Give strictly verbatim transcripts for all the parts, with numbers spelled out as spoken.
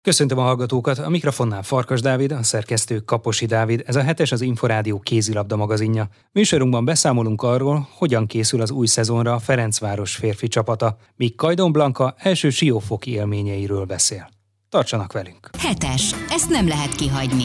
Köszöntöm a hallgatókat, a mikrofonnál Farkas Dávid, a szerkesztő Kaposi Dávid, ez a hetes az Inforádió kézilabda magazinja. Műsorunkban beszámolunk arról, hogyan készül az új szezonra a Ferencváros férfi csapata, míg Kajdon Blanka első siófoki élményeiről beszél. Tartsanak velünk! Hetes, ezt nem lehet kihagyni.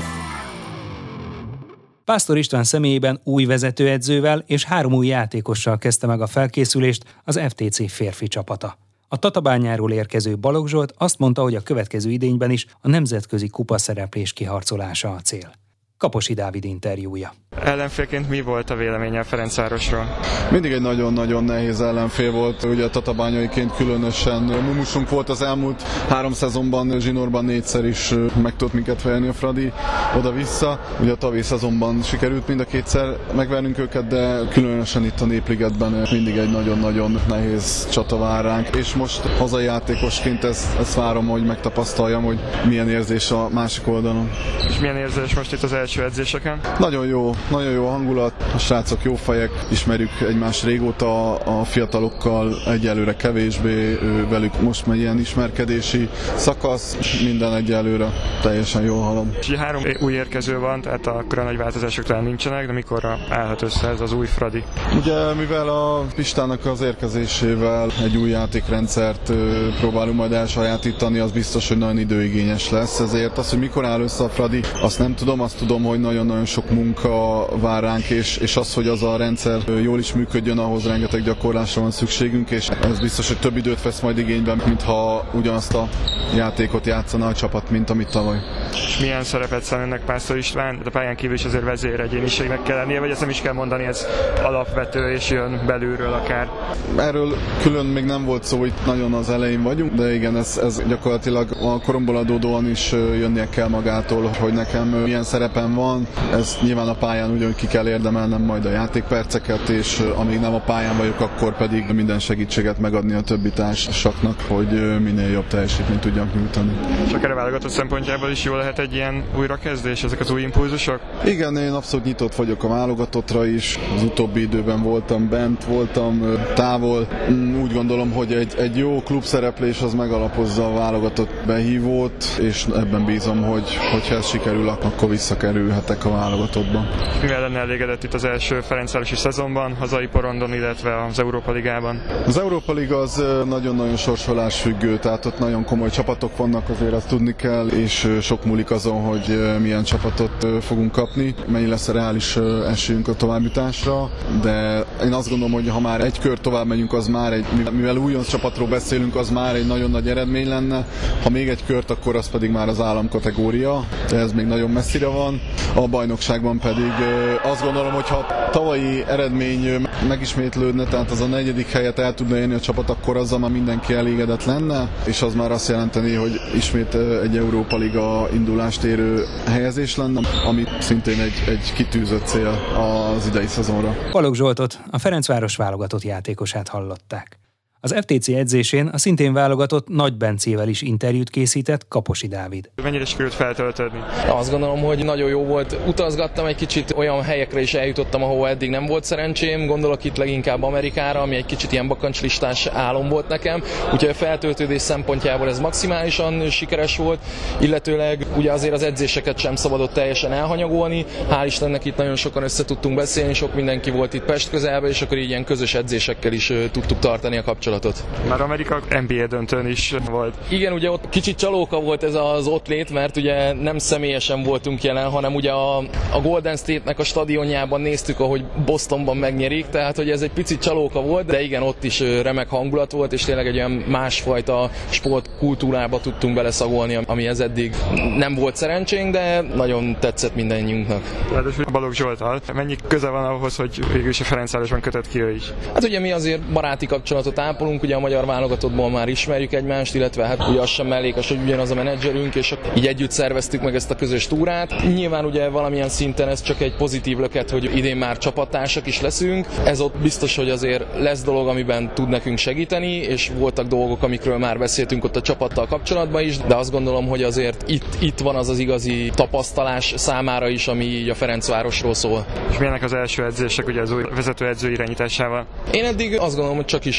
Pásztor István személyében új vezetőedzővel és három új játékossal kezdte meg a felkészülést az ef té cé férfi csapata. A Tatabányáról érkező Balogh Zsolt azt mondta, hogy a következő idényben is a nemzetközi kupaszereplés kiharcolása a cél. Kaposi Dávid interjúja. Ellenfélként mi volt a véleménye a Ferencvárosról? Mindig egy nagyon-nagyon nehéz ellenfél volt, ugye tatabányaiként különösen. Mumusunk volt az elmúlt három szezonban, zsinórban négyszer is meg tudott minket verni a Fradi oda-vissza. Ugye a tavalyi szezonban sikerült mind a kétszer megvernünk őket, de különösen itt a Népligetben mindig egy nagyon-nagyon nehéz csata vár ránk. És most hazai játékosként ezt, ezt várom, hogy megtapasztaljam, hogy milyen érzés a másik oldalon. És milyen érzés most itt az első edzéseken? Nagyon jó, nagyon jó hangulat, a srácok jó fejek, ismerjük egymást régóta, a fiatalokkal egyelőre kevésbé, velük most megy ilyen ismerkedési szakasz, minden egyelőre teljesen jól halad. És három új érkező van, tehát akkor a nagy változások talán nincsenek, de mikorra állhat össze ez az új Fradi? Ugye mivel a Pistának az érkezésével egy új játékrendszert próbálunk majd elsajátítani, az biztos, hogy nagyon időigényes lesz, ezért az, hogy mikor áll össze a Fradi, azt nem tudom, azt tudom, hogy nagyon-nagyon sok munka vár ránk, és, és az, hogy az a rendszer jól is működjön, ahhoz rengeteg gyakorlásra van szükségünk, és ez biztos, hogy több időt vesz majd igényben, mintha ugyanazt a játékot játszana a csapat, mint amit tavaly. És milyen szerepet szán önnek Pásztor István? De a pályán kívül is azért vezéregyéniségnek kell lennie, vagy ezt nem is kell mondani, ez alapvető és jön belülről akár? Erről külön még nem volt szó, itt nagyon az elején vagyunk, de igen, ez, ez gyakorlatilag a koromból adódóan is jönnie kell magától, hogy nekem milyen szerepem van. Ezt nyilván a pályán ugyanúgy ki kell érdemelnem majd a játékperceket, és amíg nem a pályán vagyok, akkor pedig minden segítséget megadni a többi társaknak, hogy minél jobb teljesítményt tudjak nyújtani. És akár a válogatott szempontjából is jó lehet egy ilyen újrakezdés, ezek az új impulzusok? Igen, én abszolút nyitott vagyok a válogatottra is. Az utóbbi időben voltam bent, voltam távol. Úgy gondolom, hogy egy, egy jó klubszereplés az megalapozza a válogatott behívót, és ebben bízom, hogy hogyha ez sikerül, akkor visszakerülhetek a válogatottba. Mivel lenne elégedett itt az első ferencvárosi szezonban, hazai porondon, illetve az Európa Ligában? Az Európa Liga az nagyon-nagyon sorsolás függő, tehát ott nagyon komoly csapatok vannak, azért azt tudni kell, és sok múlik azon, hogy milyen csapatot fogunk kapni, mennyi lesz a reális esélyünk a továbbjutásra, de én azt gondolom, hogy ha már egy kör tovább megyünk, az már egy, mivel újonc csapatról beszélünk, az már egy nagyon nagy eredmény lenne, ha még egy kört, akkor az pedig már az államkategória, de ez még nagyon messzire van. A bajnokságban pedig azt gondolom, hogy ha tavalyi eredmény megismétlődne, tehát az a negyedik helyet el tudna érni a csapat, akkor azzal már mindenki elégedett lenne, és az már azt jelenteni, hogy ismét egy Európa Liga indulást érő helyezés lenne, ami szintén egy, egy kitűzött cél az idei szezonra. Balogh Zsoltot, a Ferencváros válogatott játékosát hallották. Az ef té cé edzésén a szintén válogatott Nagy Bencével is interjút készített Kaposi Dávid. Mennyire sikerült feltöltődni? Azt gondolom, hogy nagyon jó volt. Utazgattam egy kicsit, olyan helyekre is eljutottam, ahol eddig nem volt szerencsém. Gondolok itt leginkább Amerikára, ami egy kicsit ilyen bakancslistás álom volt nekem. Úgyhogy a feltöltődés szempontjából ez maximálisan sikeres volt, illetőleg ugye azért az edzéseket sem szabadott teljesen elhanyagolni. Hál' Istennek itt nagyon sokan össze tudtunk beszélni, sok mindenki volt itt Pest közelben, és akkor így ilyen közös edzésekkel is tudtuk tartani a kapcsolatot. Már Amerika en bé á döntőn is volt. Igen, ugye ott kicsit csalóka volt ez az ott lét, mert ugye nem személyesen voltunk jelen, hanem ugye a, a Golden State-nek a stadionjában néztük, ahogy Bostonban megnyerik, tehát hogy ez egy picit csalóka volt, de igen, ott is remek hangulat volt, és tényleg egy olyan másfajta sportkultúrába tudtunk beleszagolni, amihez eddig nem volt szerencsénk, de nagyon tetszett mindannyiunknak. Ráadásul Balogh Zsolttal mennyi köze van ahhoz, hogy végül is a Ferencvárosban kötött ki ő is? Hát ugye mi azért baráti kapcsolatot ápolunk, ugye a magyar válogatottból már ismerjük egymást, illetve hát ugye az sem mellékes, hogy ugyanaz a menedzserünk, és így együtt szerveztük meg ezt a közös túrát. Nyilván ugye valamilyen szinten ez csak egy pozitív löket, hogy idén már csapattársak is leszünk. Ez ott biztos, hogy azért lesz dolog, amiben tud nekünk segíteni, és voltak dolgok, amikről már beszéltünk ott a csapattal kapcsolatban is, de azt gondolom, hogy azért itt, itt van az az igazi tapasztalás számára is, ami így a Ferencvárosról szól. És milyenek az első edzések ugye az új vezetőedző irányításával? Én eddig azt gondolom, hogy csak is pozitív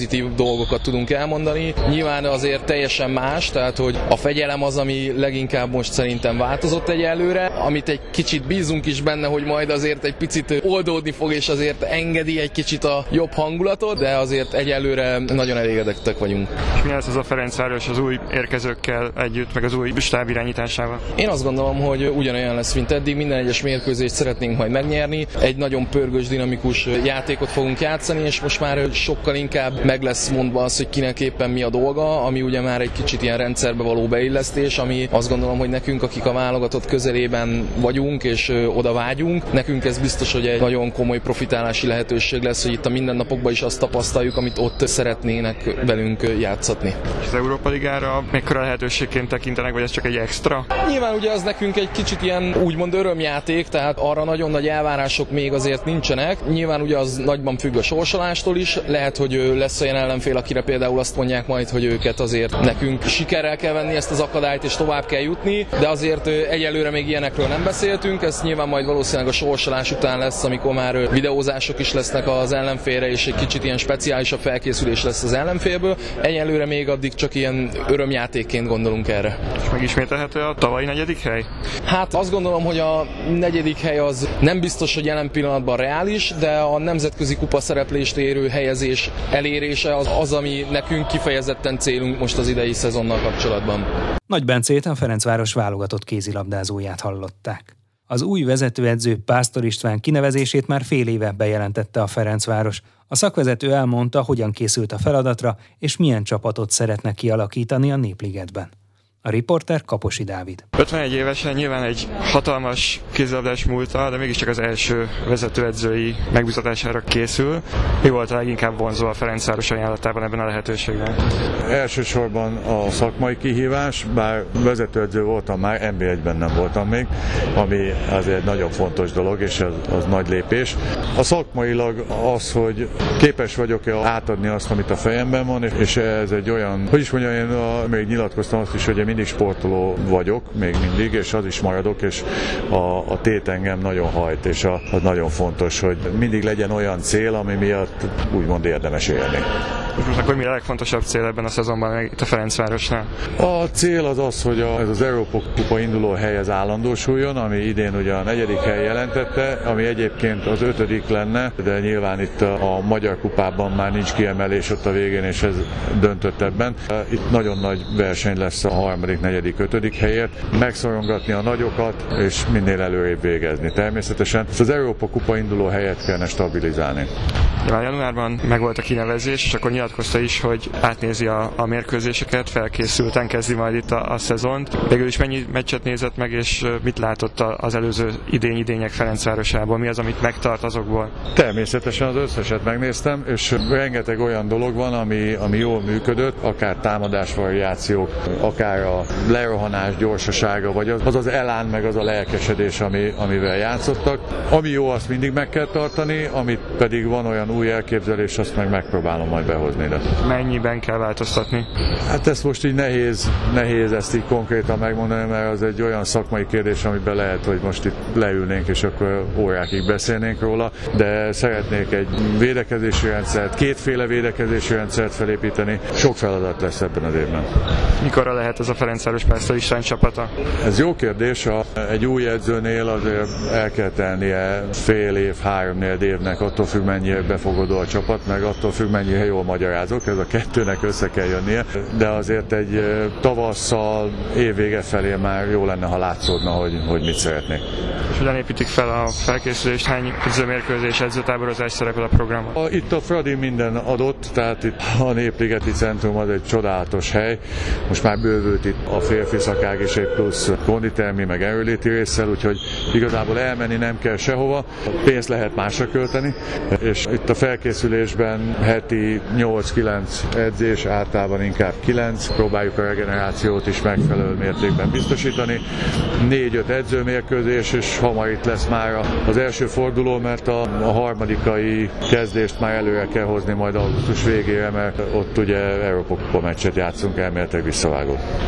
pozitív dolgokat tudunk elmondani. Nyilván azért teljesen más, tehát hogy a fegyelem az, ami leginkább most szerintem változott egyelőre, amit egy kicsit bízunk is benne, hogy majd azért egy picit oldódni fog, és azért engedi egy kicsit a jobb hangulatot, de azért egyelőre nagyon elégedettek vagyunk. És mi lesz az a Ferencváros az új érkezőkkel együtt, meg az új stáb irányításával? Én azt gondolom, hogy ugyanolyan lesz, mint eddig, minden egyes mérkőzést szeretnénk majd megnyerni, egy nagyon pörgős, dinamikus játékot fogunk játszani, és most már sokkal inkább meg lesz mondva az, hogy kinek éppen mi a dolga, ami ugye már egy kicsit ilyen rendszerbe való beillesztés, ami azt gondolom, hogy nekünk, akik a válogatott közelében vagyunk, és oda vágyunk, nekünk ez biztos, hogy egy nagyon komoly profitálási lehetőség lesz, hogy itt a mindennapokban is azt tapasztaljuk, amit ott szeretnének velünk játszatni. És az Európa Ligára mekkora lehetőségként tekintenek, vagy ez csak egy extra? Nyilván ugye az nekünk egy kicsit ilyen úgymond örömjáték, tehát arra nagyon nagy elvárások még azért nincsenek. Nyilván ugye az nagyban függ a sorsolástól is, lehet, hogy lesz olyan ellenfél, akire például azt mondják majd, hogy őket azért nekünk sikerrel kell venni ezt az akadályt, és tovább kell jutni, de azért egyelőre még ilyenekről nem beszéltünk, ez nyilván majd valószínűleg a sorsolás után lesz, amikor már videózások is lesznek az ellenfélre, és egy kicsit ilyen speciálisabb felkészülés lesz az ellenfélből. Egyelőre még addig csak ilyen örömjátékként gondolunk erre. És megismételhető a tavalyi negyedik hely? Hát azt gondolom, hogy a negyedik hely az nem biztos, hogy jelen pillanatban reális, de a nemzetközi kupa szereplést érő helyezés elérése az, az, ami nekünk kifejezetten célunk most az idei szezonnal kapcsolatban. Nagy Bencét, a Ferencváros válogatott kézilabdázóját hallották. Az új vezetőedző Pásztor István kinevezését már fél éve bejelentette a Ferencváros. A szakvezető elmondta, hogyan készült a feladatra, és milyen csapatot szeretne kialakítani a Népligetben. A riporter Kaposi Dávid. ötvenegy évesen nyilván egy hatalmas kézilabdás múlta, de mégiscsak az első vezetőedzői megbízatására készül. Mi volt a leginkább vonzó a Ferencváros ajánlatában ebben a lehetőségben? Elsősorban a szakmai kihívás, bár vezetőedző voltam már, en bé egyben nem voltam még, ami azért egy nagyon fontos dolog, és az, az nagy lépés. A szakmailag az, hogy képes vagyok-e átadni azt, amit a fejemben van, és ez egy olyan, hogy is mondjam, én a, még nyilatkoztam azt is, hogy én mindig sportoló vagyok, még mindig, és az is maradok, és a, a tét engem nagyon hajt, és a, az nagyon fontos, hogy mindig legyen olyan cél, ami miatt úgymond érdemes élni. Most akkor mi a legfontosabb cél ebben a szezonban itt a Ferencvárosnál? A cél az az, hogy a, ez az Európa Kupa induló hely az állandósuljon, ami idén ugye a negyedik hely jelentette, ami egyébként az ötödik lenne, de nyilván itt a, a Magyar Kupában már nincs kiemelés ott a végén, és ez döntött ebben. Itt nagyon nagy verseny lesz a harmadik, negyedik, ötödik helyért, megszorongatni a nagyokat, és minél előrébb végezni. Természetesen ezt az Európa Kupa induló helyet kellene stabilizálni. Már januárban megvolt a kinevezés, és akkor nyilatkozta is, hogy átnézi a, a mérkőzéseket, felkészülten kezdi majd itt a, a szezont. Végül is mennyi meccset nézett meg, és mit látott az előző idény-idények Ferencvárosából? Mi az, amit megtart azokból? Természetesen az összeset megnéztem, és rengeteg olyan dolog van, ami, ami jól működött, akár támadásvariációk, akár a lerohanás gyorsasága, vagy az az elán, meg az a lelkesedés, ami, amivel játszottak. Ami jó, azt mindig meg kell tartani, amit pedig van olyan új elképzelés, azt meg megpróbálom majd behozni ide. Mennyiben kell változtatni? Hát ezt most így nehéz, nehéz ezt így konkrétan megmondani, mert az egy olyan szakmai kérdés, amiben lehet, hogy most itt leülnénk, és akkor órákig beszélnénk róla, de szeretnék egy védekezési rendszert, kétféle védekezési rendszert felépíteni. Sok feladat lesz ebben az évben. Mikorra lehet ez a Ferencváros Pásztor István csapata? Ez jó kérdés. A, egy új edzőnél azért el kell tennie fél év, három-négy évnek, attól függ, mennyire befogadó a csapat, meg attól függ, mennyire jól magyarázok, ez a kettőnek össze kell jönnie, de azért egy tavasszal, évvége felé már jó lenne, ha látszódna, hogy, hogy mit szeretnék. És hogyan építik fel a felkészülést, hány edzőmérkőzés, edzőtáborozás szerepel a programban? Itt a Fradi minden adott, tehát itt a Népligeti Centrum az egy csodálatos hely. Most már bővült itt a férfi szakág is egy plusz konditermi, meg erőléti résszel, úgyhogy igazából elmenni nem kell sehova, pénzt lehet másra költeni, és itt a felkészülésben heti nyolc-kilenc edzés, általában inkább kilenc, próbáljuk a regenerációt is megfelelő mértékben biztosítani, négy-öt edzőmérkőzés, és hamar itt lesz már az első forduló, mert a, a harmadikai kezdést már előre kell hozni majd augusztus végére, mert ott ugye Európa Kupa meccset játszunk, elméletileg visszavágó.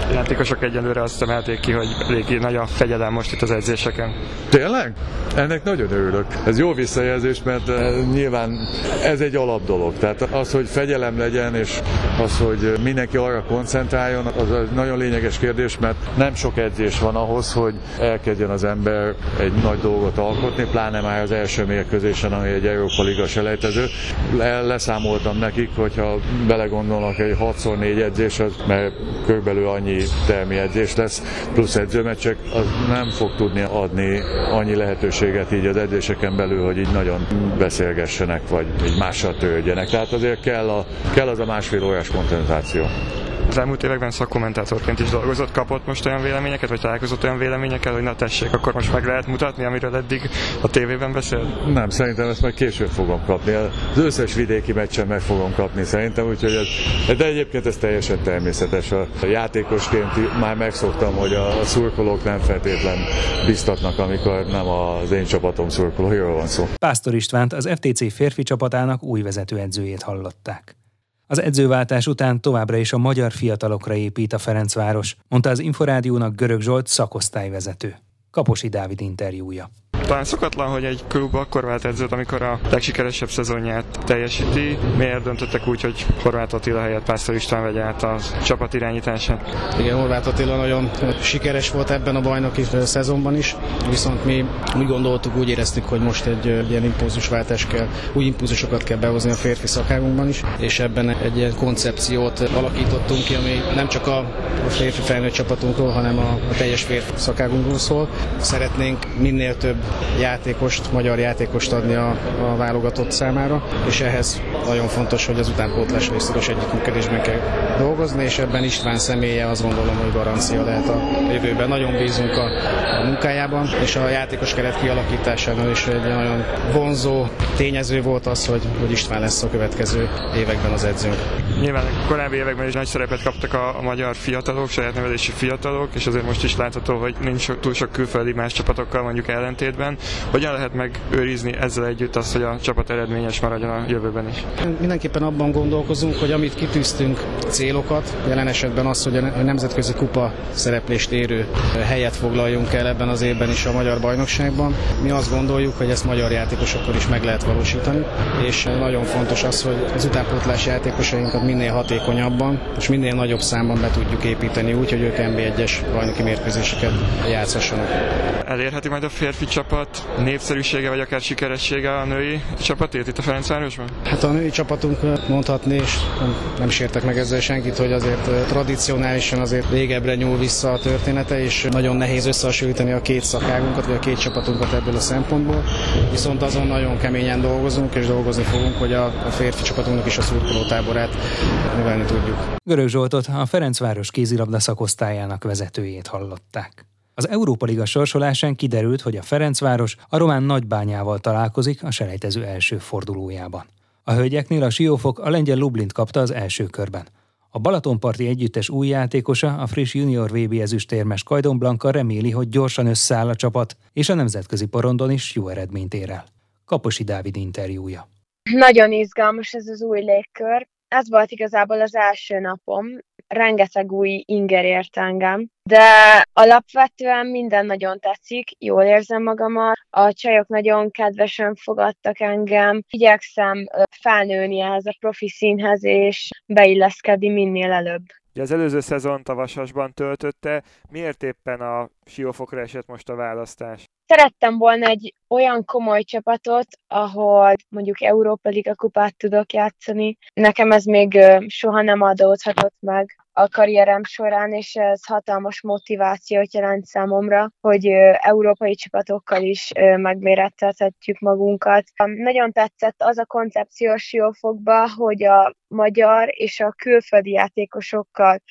játékosok egyelőre azt emelték ki, hogy eléggé nagy a fegyelem most itt az edzéseken. Tényleg? Ennek nagyon örülök. Ez jó visszajelzés, mert nyilván ez egy alap dolog. Tehát az, hogy fegyelem legyen, és az, hogy mindenki arra koncentráljon, az egy nagyon lényeges kérdés, mert nem sok edzés van ahhoz, hogy elkezdjen az ember egy nagy dolgot alkotni, pláne már az első mérkőzésen, ami egy Európa Liga selejtező. Leszámoltam nekik, hogyha belegondolnak, egy hat szor négy edzés, az, mert körülbelül annyi termi edzés lesz, plusz edzőmeccsek, az nem fog tudni adni annyi lehetőséget így az edzéseken belül, hogy így nagyon beszélgessenek, vagy így mással törődjenek. Tehát azért kell, a, kell az a másfél órás koncentráció. Az elmúlt években szakkommentátorként is dolgozott, kapott most olyan véleményeket, vagy találkozott olyan véleményekkel, hogy na tessék, akkor most meg lehet mutatni, amiről eddig a tévében beszél? Nem, szerintem ezt majd később fogom kapni. Az összes vidéki meccsen meg fogom kapni szerintem, úgyhogy ez, de egyébként ez teljesen természetes. A játékosként már megszoktam, hogy a szurkolók nem feltétlen biztatnak, amikor nem az én csapatom szurkolóiról van szó. Pásztor Istvánt, az ef té cé férfi csapatának új vezetőedzőjét hallották. Az edzőváltás után továbbra is a magyar fiatalokra épít a Ferencváros, mondta az Inforádiónak Görög Zsolt szakosztályvezető. Kaposi Dávid interjúja. Talán szokatlan, hogy egy klub akkor vált edzőt, amikor a legsikeresebb szezonját teljesíti. Miért döntöttek úgy, hogy Horváth Attila helyett Pásztor István vegye át a csapat irányítását? Igen, Horváth Attila nagyon sikeres volt ebben a bajnoki szezonban is, viszont mi úgy gondoltuk, úgy éreztük, hogy most egy ilyen impulzusváltás kell, új impulzusokat kell behozni a férfi szakágunkban is, és ebben egy ilyen koncepciót alakítottunk ki, ami nem csak a férfi felnőtt csapatunkról, hanem a, a teljes férfi szakágunkról szól. Szeretnénk minél több játékost, magyar játékost adni a, a válogatott számára, és ehhez nagyon fontos, hogy az utánpótlásra is szoros együttműködésben kell dolgozni, és ebben István személye azt gondolom, hogy garancia lehet a jövőben. Nagyon bízunk a, a munkájában, és a játékos keret kialakításánál is egy nagyon vonzó tényező volt az, hogy, hogy István lesz a következő években az edzőnk. Nyilván a korábbi években is nagy szerepet kaptak a, a magyar fiatalok, saját nevelési fiatalok, és azért most is látható, hogy nincs so, túl sok külföldi más csapatokkal mondjuk ellentétben. Hogyan lehet megőrizni ezzel együtt azt, hogy a csapat eredményes maradjon a jövőben is? Mindenképpen abban gondolkozunk, hogy amit kitűztünk célokat, jelen esetben az, hogy a nemzetközi kupa szereplést érő helyet foglaljunk el ebben az évben is a magyar bajnokságban. Mi azt gondoljuk, hogy ezt magyar játékosokkal is meg lehet valósítani, és nagyon fontos az, hogy az utánpótlás játékosainkat minél hatékonyabban és minél nagyobb számban be tudjuk építeni úgy, hogy ők en bé egyes bajnoki mérkőzéseket játszhassanak. Elérheti majd a férfi csapat népszerűsége vagy akár sikeressége a női csapatét itt a Ferencvárosban? Hát a női csapatunk mondhatni, és nem, nem sértek meg ezzel senkit, hogy azért tradicionálisan azért régebbre nyúl vissza a története, és nagyon nehéz összehasonlítani a két szakágunkat, vagy a két csapatunkat ebből a szempontból. Viszont azon nagyon keményen dolgozunk, és dolgozni fogunk, hogy a, a férfi csapatunknak is a szurkolótáborát növelni tudjuk. Görög Zsoltot, a Ferencváros kézilabda szakosztályának vezetőjét hallották. Az Európa Liga sorsolásán kiderült, hogy a Ferencváros a román Nagybányával találkozik a selejtező első fordulójában. A hölgyeknél a Siófok a lengyel Lublint kapta az első körben. A balatonparti együttes új játékosa, a friss junior vé bé ezüstérmes Kajdon Blanka reméli, hogy gyorsan összeáll a csapat, és a nemzetközi porondon is jó eredményt ér el. Kaposi Dávid interjúja. Nagyon izgalmas ez az új légkör. Ez volt igazából az első napom. Rengeteg új inger ért engem, de alapvetően minden nagyon tetszik, jól érzem magamat, a csajok nagyon kedvesen fogadtak engem, igyekszem felnőni ehhez a profi színhez, és beilleszkedni minél előbb. Az előző szezont a Vasasban töltötte, miért éppen a Siófokra esett most a választás? Szerettem volna egy olyan komoly csapatot, ahol mondjuk Európa Liga kupát tudok játszani. Nekem ez még soha nem adódhatott meg a karrierem során, és ez hatalmas motivációt jelent számomra, hogy európai csapatokkal is megmérettethetjük magunkat. Nagyon tetszett az a koncepció a Siófokba, hogy a magyar és a külföldi játékosokkal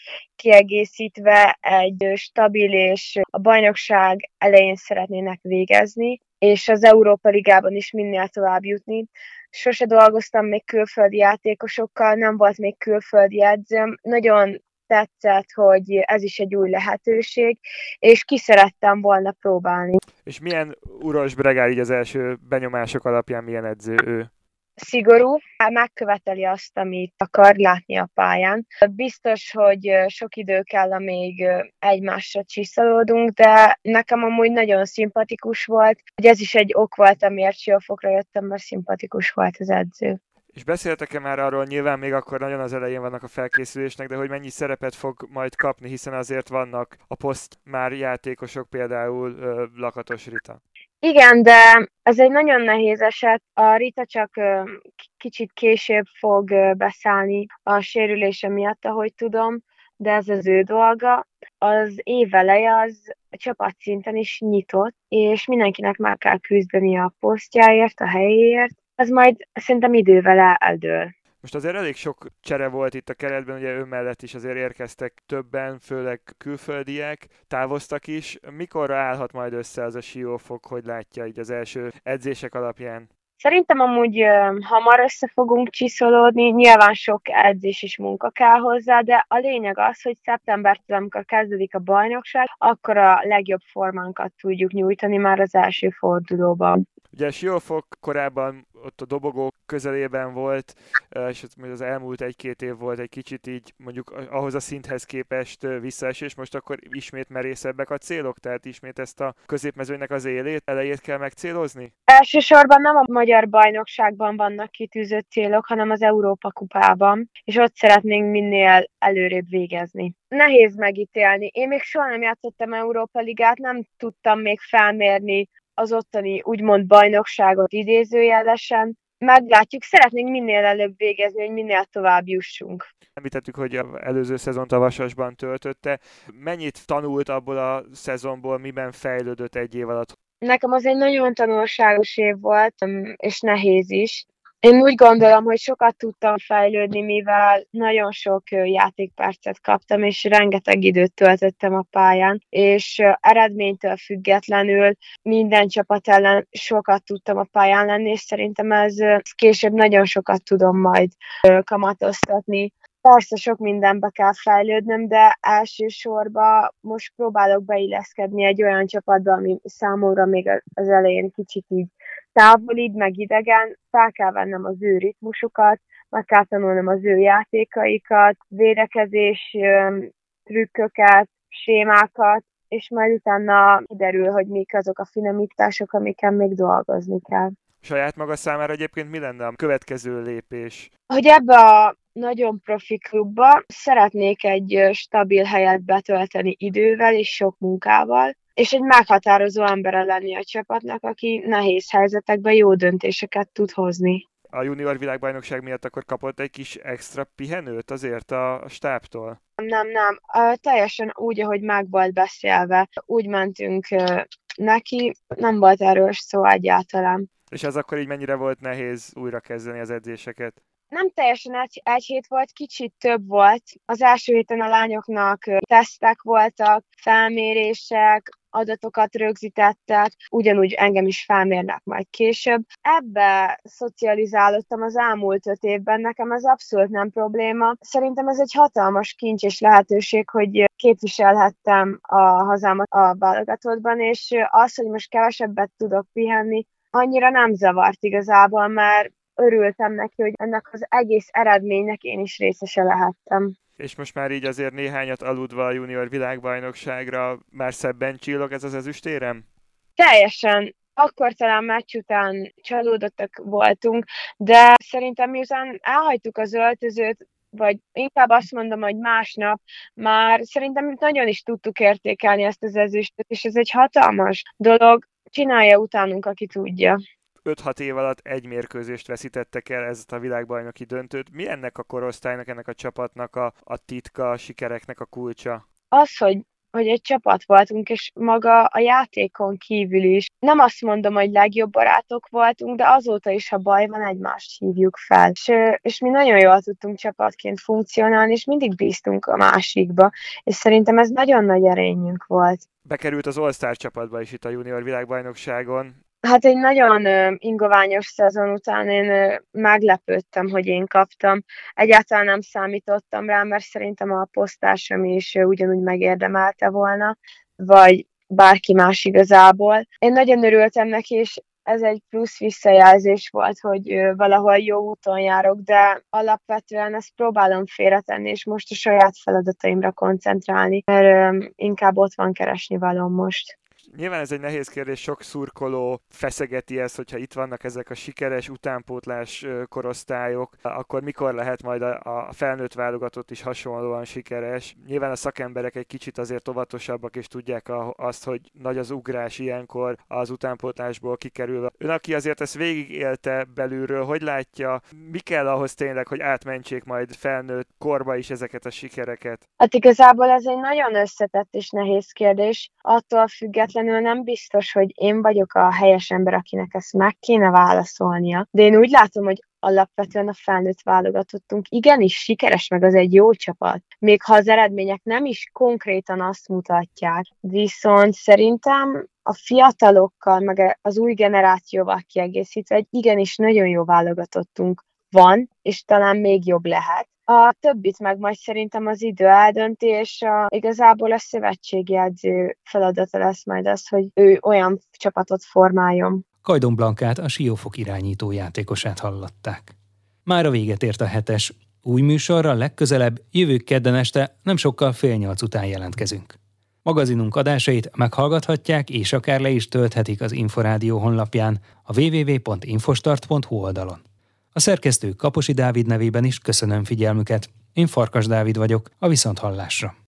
kiegészítve egy stabil és a bajnokság elején szeretnének végezni, és az Európa Ligában is minél tovább jutni. Sose dolgoztam még külföldi játékosokkal, nem volt még külföldi edzőm. Nagyon tetszett, hogy ez is egy új lehetőség, és ki szerettem volna próbálni. És milyen Uroš Bregál így az első benyomások alapján milyen edző ő? szigorú, megköveteli azt, amit akar látni a pályán. Biztos, hogy sok idő kell, amíg egymásra csiszolódunk, de nekem amúgy nagyon szimpatikus volt, hogy ez is egy ok volt, amiért Siófokra jöttem, mert szimpatikus volt az edző. És beszéltek-e már arról, nyilván még akkor nagyon az elején vannak a felkészülésnek, de hogy mennyi szerepet fog majd kapni, hiszen azért vannak a poszt már játékosok, például ö, Lakatos Rita. Igen, de ez egy nagyon nehéz eset. A Rita csak kicsit később fog beszállni a sérülése miatt, ahogy tudom, de ez az ő dolga. Az év eleje az a csapatszinten is nyitott, és mindenkinek meg kell küzdeni a posztjáért, a helyéért. Ez majd szerintem idővel eldől. Most azért elég sok csere volt itt a keretben, ugye ön mellett is azért érkeztek többen, főleg külföldiek, távoztak is. Mikorra állhat majd össze az a Siófok, hogy látja így az első edzések alapján? Szerintem amúgy hamar össze fogunk csiszolódni, nyilván sok edzés és munka kell hozzá, de a lényeg az, hogy szeptembertől, amikor kezdődik a bajnokság, akkor a legjobb formánkat tudjuk nyújtani már az első fordulóban. Ugye a Siófok korábban ott a dobogó közelében volt, és az elmúlt egy-két év volt egy kicsit így mondjuk ahhoz a szinthez képest visszaesés, most akkor ismét merészebbek a célok, tehát ismét ezt a középmezőnynek az élét, elejét kell megcélozni? Elsősorban nem a magyar bajnokságban vannak kitűzött célok, hanem az Európa kupában, és ott szeretnénk minél előrébb végezni. Nehéz megítélni. Én még soha nem játszottam Európa ligát, nem tudtam még felmérni az ottani úgymond bajnokságot idézőjelesen. Meglátjuk, szeretnénk minél előbb végezni, hogy minél tovább jussunk. Említettük, hogy az előző szezont a Vasasban töltötte. Mennyit tanult abból a szezonból, miben fejlődött egy év alatt? Nekem az egy nagyon tanulságos év volt, és nehéz is. Én úgy gondolom, hogy sokat tudtam fejlődni, mivel nagyon sok játékpercet kaptam, és rengeteg időt töltöttem a pályán, és eredménytől függetlenül minden csapat ellen sokat tudtam a pályán lenni, és szerintem ez később nagyon sokat tudom majd kamatoztatni. Persze sok mindenbe kell fejlődnöm, de elsősorban most próbálok beilleszkedni egy olyan csapatba, ami számomra még az elején kicsit így távolibb, meg idegen. Fel kell vennem az ő ritmusukat, meg kell tanulnom az ő játékaikat, védekezés trükköket, sémákat, és majd utána kiderül, hogy mik azok a finomítások, amiken még dolgozni kell. Saját maga számára egyébként mi lenne a következő lépés? Hogy ebbe a nagyon profi klubba szeretnék egy stabil helyet betölteni idővel és sok munkával, és egy meghatározó embere lenni a csapatnak, aki nehéz helyzetekben jó döntéseket tud hozni. A junior világbajnokság miatt akkor kapott egy kis extra pihenőt azért a stábtól? Nem, nem. Teljesen úgy, ahogy meg volt beszélve. Úgy mentünk neki, nem volt erről szó egyáltalán. És az akkor így mennyire volt nehéz újra kezdeni az edzéseket? Nem teljesen egy, egy hét volt, kicsit több volt. Az első héten a lányoknak tesztek voltak, felmérések, adatokat rögzítettek, ugyanúgy engem is felmérnek majd később. Ebbe szocializálódtam az elmúlt öt évben, nekem ez abszolút nem probléma. Szerintem ez egy hatalmas kincs és lehetőség, hogy képviselhettem a hazámat a válogatottban, és az, hogy most kevesebbet tudok pihenni, annyira nem zavart igazából, mert örültem neki, hogy ennek az egész eredménynek én is részese lehettem. És most már így azért néhányat aludva a junior világbajnokságra már szebben csillog ez az ezüstérem? Teljesen. Akkor talán meccs után csalódottak voltunk, de szerintem miután elhagytuk az öltözőt, vagy inkább azt mondom, hogy másnap már szerintem nagyon is tudtuk értékelni ezt az ezüstöt, és ez egy hatalmas dolog. Csinálja utánunk, aki tudja. öt-hat év alatt egy mérkőzést veszítettek el ezt a világbajnoki döntőt. Mi ennek a korosztálynak, ennek a csapatnak a, a titka, a sikereknek a kulcsa? Az, hogy, hogy egy csapat voltunk, és maga a játékon kívül is. Nem azt mondom, hogy legjobb barátok voltunk, de azóta is, ha baj van, egymást hívjuk fel. És, és mi nagyon jól tudtunk csapatként funkcionálni, és mindig bíztunk a másikba. És szerintem ez nagyon nagy erényünk volt. Bekerült az All-Star csapatba is itt a junior világbajnokságon. Hát egy nagyon uh, ingoványos szezon után én uh, meglepődtem, hogy én kaptam. Egyáltalán nem számítottam rá, mert szerintem a posztársam is uh, ugyanúgy megérdemelte volna, vagy bárki más igazából. Én nagyon örültem neki, és ez egy plusz visszajelzés volt, hogy valahol jó úton járok, de alapvetően ezt próbálom félretenni, és most a saját feladataimra koncentrálni, mert inkább ott van keresni valóm most. Nyilván ez egy nehéz kérdés, sok szurkoló feszegeti ezt, hogyha itt vannak ezek a sikeres utánpótlás korosztályok, akkor mikor lehet majd a felnőtt válogatott is hasonlóan sikeres. Nyilván a szakemberek egy kicsit azért óvatosabbak, és tudják azt, hogy nagy az ugrás ilyenkor az utánpótlásból kikerülve. Ön, aki azért ezt végigélte belülről, hogy látja, mi kell ahhoz tényleg, hogy átmentsék majd felnőtt korba is ezeket a sikereket? Hát igazából ez egy nagyon összetett és nehéz kérdés. Attól függetlenül nem biztos, hogy én vagyok a helyes ember, akinek ezt meg kéne válaszolnia. De én úgy látom, hogy alapvetően a felnőtt válogatottunk igenis sikeres, meg az egy jó csapat. Még ha az eredmények nem is konkrétan azt mutatják. Viszont szerintem a fiatalokkal, meg az új generációval kiegészítve egy igenis nagyon jó válogatottunk van, és talán még jobb lehet. A többit meg majd szerintem az idő eldönti, és a, igazából a szövetségi edző feladata lesz majd az, hogy ő olyan csapatot formáljon. Kajdon Blankát, a Siófok irányító játékosát hallották. Mára véget ért a hetes. Új műsorra legközelebb jövő kedden este nem sokkal fél nyolc után jelentkezünk. Magazinunk adásait meghallgathatják és akár le is tölthetik az Inforádió honlapján, a double-u double-u double-u pont infostart pont hu oldalon. A szerkesztő Kaposi Dávid nevében is köszönöm figyelmüket. Én Farkas Dávid vagyok, a viszonthallásra.